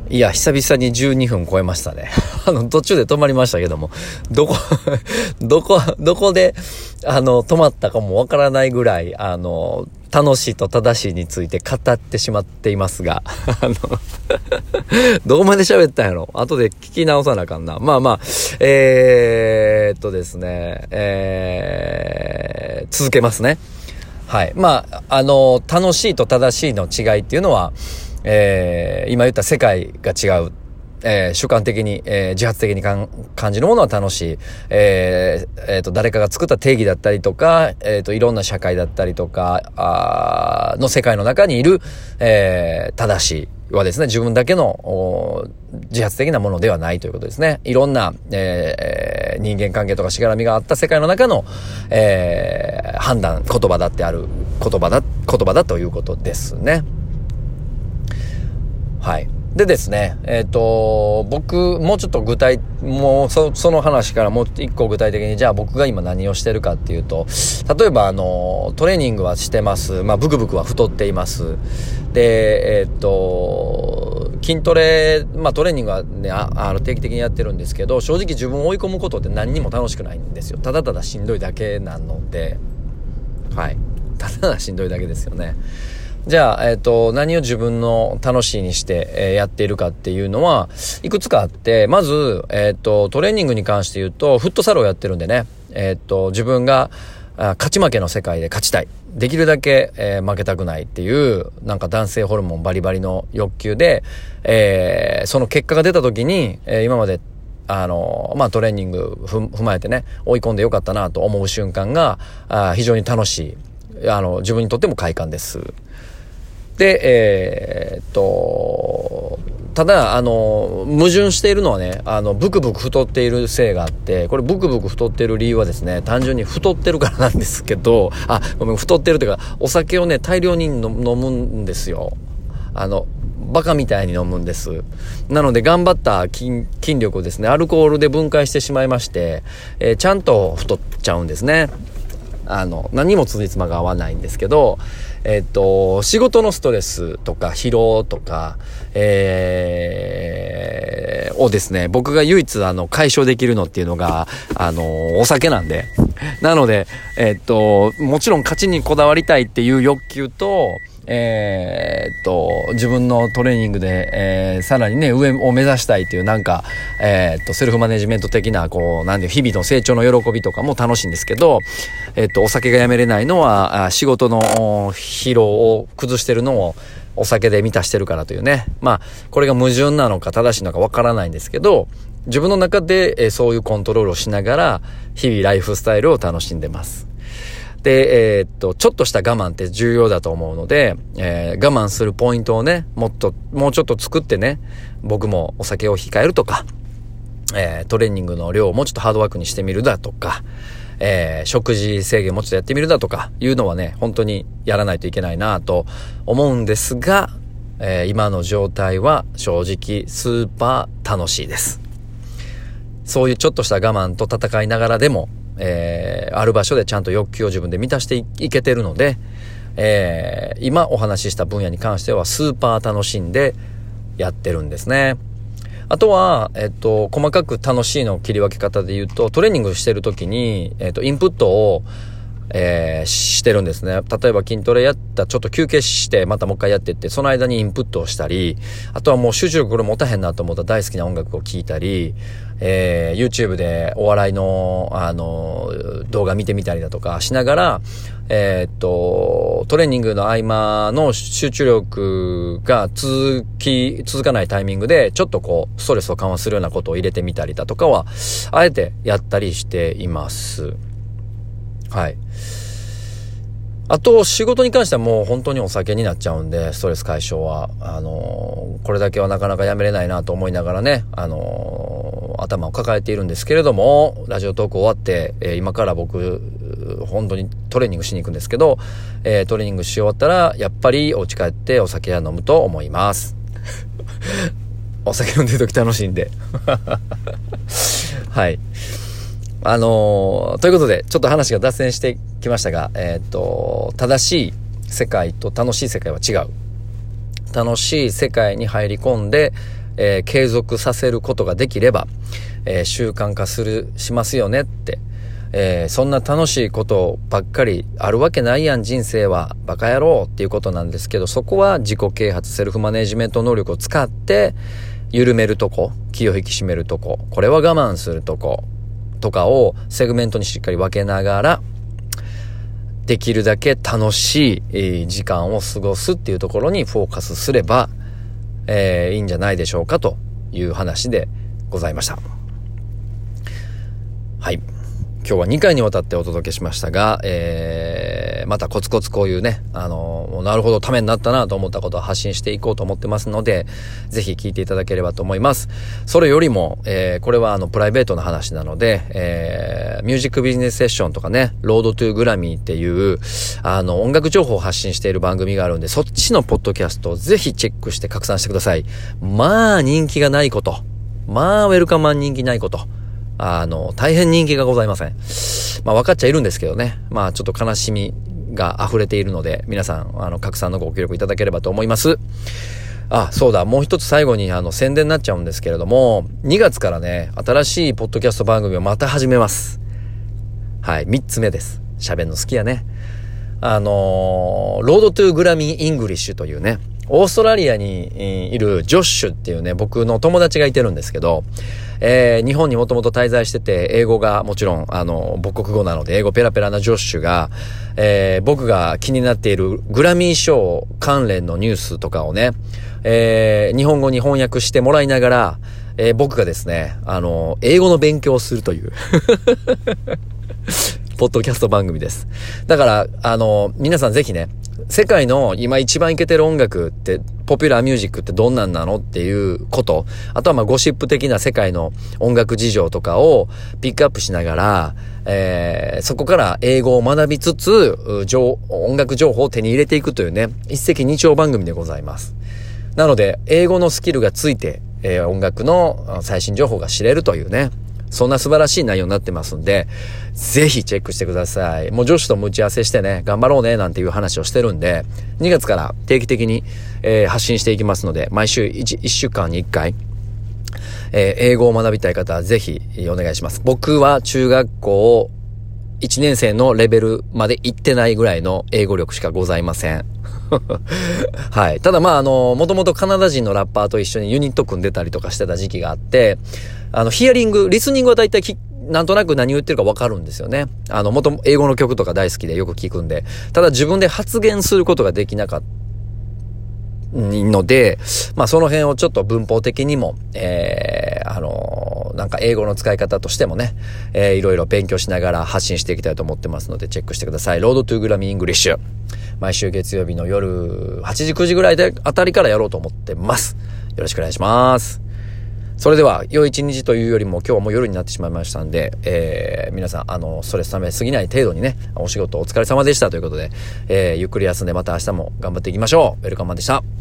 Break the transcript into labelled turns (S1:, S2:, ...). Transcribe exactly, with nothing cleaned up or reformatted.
S1: いや、久々にじゅうにふん超えましたね。あの、途中で止まりましたけども、どこ、どこ、どこで、あの、止まったかもわからないぐらい、あの、楽しいと正しいについて語ってしまっていますが、あの、どこまで喋ったんやろ？後で聞き直さなあかんな。まあまあ、えーっとですね、えー、続けますね。はい。まあ、あの、楽しいと正しいの違いっていうのは、えー、今言った世界が違う。えー、主観的に、えー、自発的にかん感じるものは楽しい。えー、えーと、誰かが作った定義だったりとか、えーと、いろんな社会だったりとか、あの世界の中にいる、えー、正しいはですね、自分だけの自発的なものではないということですね。いろんな、えー、人間関係とかしがらみがあった世界の中の、えー、判断、言葉だってある言葉だ、言葉だということですね。はい。でですね、えっと、僕、もうちょっと具体、もうそ、その話からもう一個具体的に、じゃあ僕が今何をしてるかっていうと、例えばあの、トレーニングはしてます。まあ、ブクブクは太っています。で、えっと、筋トレ、まあトレーニングはね、あ、あの、定期的にやってるんですけど、正直自分を追い込むことって何にも楽しくないんですよ。ただただしんどいだけなので、はい。ただただしんどいだけですよね。じゃあ、えっと、何を自分の楽しいにして、えー、やっているかっていうのは、いくつかあって、まず、えっと、トレーニングに関して言うと、フットサルをやってるんでね、えっと、自分が、あ、勝ち負けの世界で勝ちたい。できるだけ、えー、負けたくないっていう、なんか男性ホルモンバリバリの欲求で、えー、その結果が出た時に、えー、今まで、あの、まあ、トレーニングふ踏まえてね、追い込んでよかったなと思う瞬間が、あ、非常に楽しい。あの、自分にとっても快感です。で、えー、っと、ただ、あの、矛盾しているのはね、あの、ブクブク太っているせいがあって、これブクブク太っている理由はですね、単純に太ってるからなんですけど、あ、ごめん、太ってるというか、お酒をね、大量に飲むんですよ。あの、バカみたいに飲むんです。なので、頑張った筋、筋力をですね、アルコールで分解してしまいまして、えー、ちゃんと太っちゃうんですね。あの、何もつじつまが合わないんですけど、えっと、仕事のストレスとか疲労とか、えー、をですね、僕が唯一あの解消できるのっていうのが、あの、お酒なんで。なので、えっと、もちろん勝ちにこだわりたいっていう欲求と、えー、っと、自分のトレーニングで、えー、さらにね、上を目指したいっていうなんか、えー、っと、セルフマネジメント的な、こう、なんで、日々の成長の喜びとかも楽しいんですけど、えー、っと、お酒がやめれないのは、仕事の疲労を崩してるのをお酒で満たしてるからというね。まあ、これが矛盾なのか正しいのかわからないんですけど、自分の中で、えー、そういうコントロールをしながら、日々ライフスタイルを楽しんでます。で、えー、っと、ちょっとした我慢って重要だと思うので、えー、我慢するポイントをね、もっと、もうちょっと作ってね、僕もお酒を控えるとか、えー、トレーニングの量をもうちょっとハードワークにしてみるだとか、えー、食事制限もうちょっとやってみるだとかいうのはね、本当にやらないといけないなと思うんですが、えー、今の状態は正直スーパー楽しいです。そういうちょっとした我慢と戦いながらでも、えー、ある場所でちゃんと欲求を自分で満たして い, いけてるので、えー、今お話しした分野に関してはスーパー楽しんでやってるんですね。あとは、えっと、細かく楽しいの切り分け方で言うと、トレーニングしてる時に、えっと、インプットを、えー、してるんですね。例えば筋トレやったちょっと休憩してまたもう一回やってって、その間にインプットをしたり、あとはもう集中力これ持たへんなと思ったら大好きな音楽を聴いたり、えー、YouTube でお笑いのあの動画見てみたりだとかしながら、えー、っとトレーニングの合間の集中力が続き続かないタイミングでちょっとこうストレスを緩和するようなことを入れてみたりだとかはあえてやったりしています。はい。あと仕事に関してはもう本当にお酒になっちゃうんで、ストレス解消はあのー、これだけはなかなかやめれないなと思いながらね、あのー、頭を抱えているんですけれども、ラジオトーク終わって、えー、今から僕本当にトレーニングしに行くんですけど、えー、トレーニングし終わったらやっぱりお家帰ってお酒は飲むと思いますお酒飲んでる時楽しいんではい。あのー、ということでちょっと話が脱線してきましたが、えっと正しい世界と楽しい世界は違う。楽しい世界に入り込んでえー、継続させることができれば、えー、習慣化する、しますよねって、えー、そんな楽しいことばっかりあるわけないやん、人生は。バカ野郎っていうことなんですけど、そこは自己啓発、セルフマネジメント能力を使って、緩めるとこ、気を引き締めるとこ、これは我慢するとこ、とかをセグメントにしっかり分けながら、できるだけ楽しい時間を過ごすっていうところにフォーカスすれば、えー、いいんじゃないでしょうかという話でございました。はい。今日はにかいにわたってお届けしましたが、えー、またコツコツこういうね、あのー、なるほどためになったなと思ったことを発信していこうと思ってますので、ぜひ聞いていただければと思います。それよりも、えー、これはあのプライベートな話なので、えー、ミュージックビジネスセッションとかね、ロードトゥーグラミーっていうあの音楽情報を発信している番組があるんで、そっちのポッドキャストをぜひチェックして拡散してください。まあ人気がないこと、まあウェルカマン人気ないこと、あの、大変人気がございません。まあ分かっちゃいるんですけどね。まあちょっと悲しみが溢れているので、皆さん、あの、拡散のご協力いただければと思います。あ、そうだ、もう一つ最後にあの、宣伝になっちゃうんですけれども、にがつからね、新しいポッドキャスト番組をまた始めます。はい、みっつめです。喋るの好きやね。あのー、ロードトゥーグラミーイングリッシュというね、オーストラリアにいるジョッシュっていうね、僕の友達がいてるんですけど、えー、日本にもともと滞在してて、英語がもちろん、あの、母国語なので、英語ペラペラなジョッシュが、えー、僕が気になっているグラミー賞関連のニュースとかをね、えー、日本語に翻訳してもらいながら、えー、僕がですね、あの、英語の勉強をするという、ポッドキャスト番組です。だから、あの、皆さんぜひね、世界の今一番イケてる音楽って、ポピュラーミュージックってどんなんなのっていうこと、あとはまあゴシップ的な世界の音楽事情とかをピックアップしながら、えー、そこから英語を学びつつ、音楽情報を手に入れていくというね、一石二鳥番組でございます。なので、英語のスキルがついて、えー、音楽の最新情報が知れるというね、そんな素晴らしい内容になってますんで、ぜひチェックしてください。もう女子とも打ち合わせしてね、頑張ろうねなんていう話をしてるんで、にがつから定期的に、えー、発信していきますので、毎週 1, いっしゅうかんにいっかい、えー、英語を学びたい方はぜひお願いします。僕は中学校いちねん生のレベルまで行ってないぐらいの英語力しかございません。はい。ただまああの、もともとカナダ人のラッパーと一緒にユニット組んでたりとかしてた時期があって、あの、ヒアリング、リスニングはだいたいき、なんとなく何言ってるかわかるんですよね。あの、元々英語の曲とか大好きでよく聞くんで。ただ自分で発言することができなかったので、まあその辺をちょっと文法的にも、えー、あのー、なんか英語の使い方としてもね、えー、いろいろ勉強しながら発信していきたいと思ってますので、チェックしてください。ロードトゥーグラミーイングリッシュ。毎週月曜日の夜はちじくじぐらいであたりからやろうと思ってます。よろしくお願いします。それでは、良い一日というよりも今日はもう夜になってしまいましたんで、えー、皆さん、あの、ストレス溜めすぎない程度にね、お仕事お疲れ様でしたということで、えー、ゆっくり休んでまた明日も頑張っていきましょう。ウェルカムマンでした。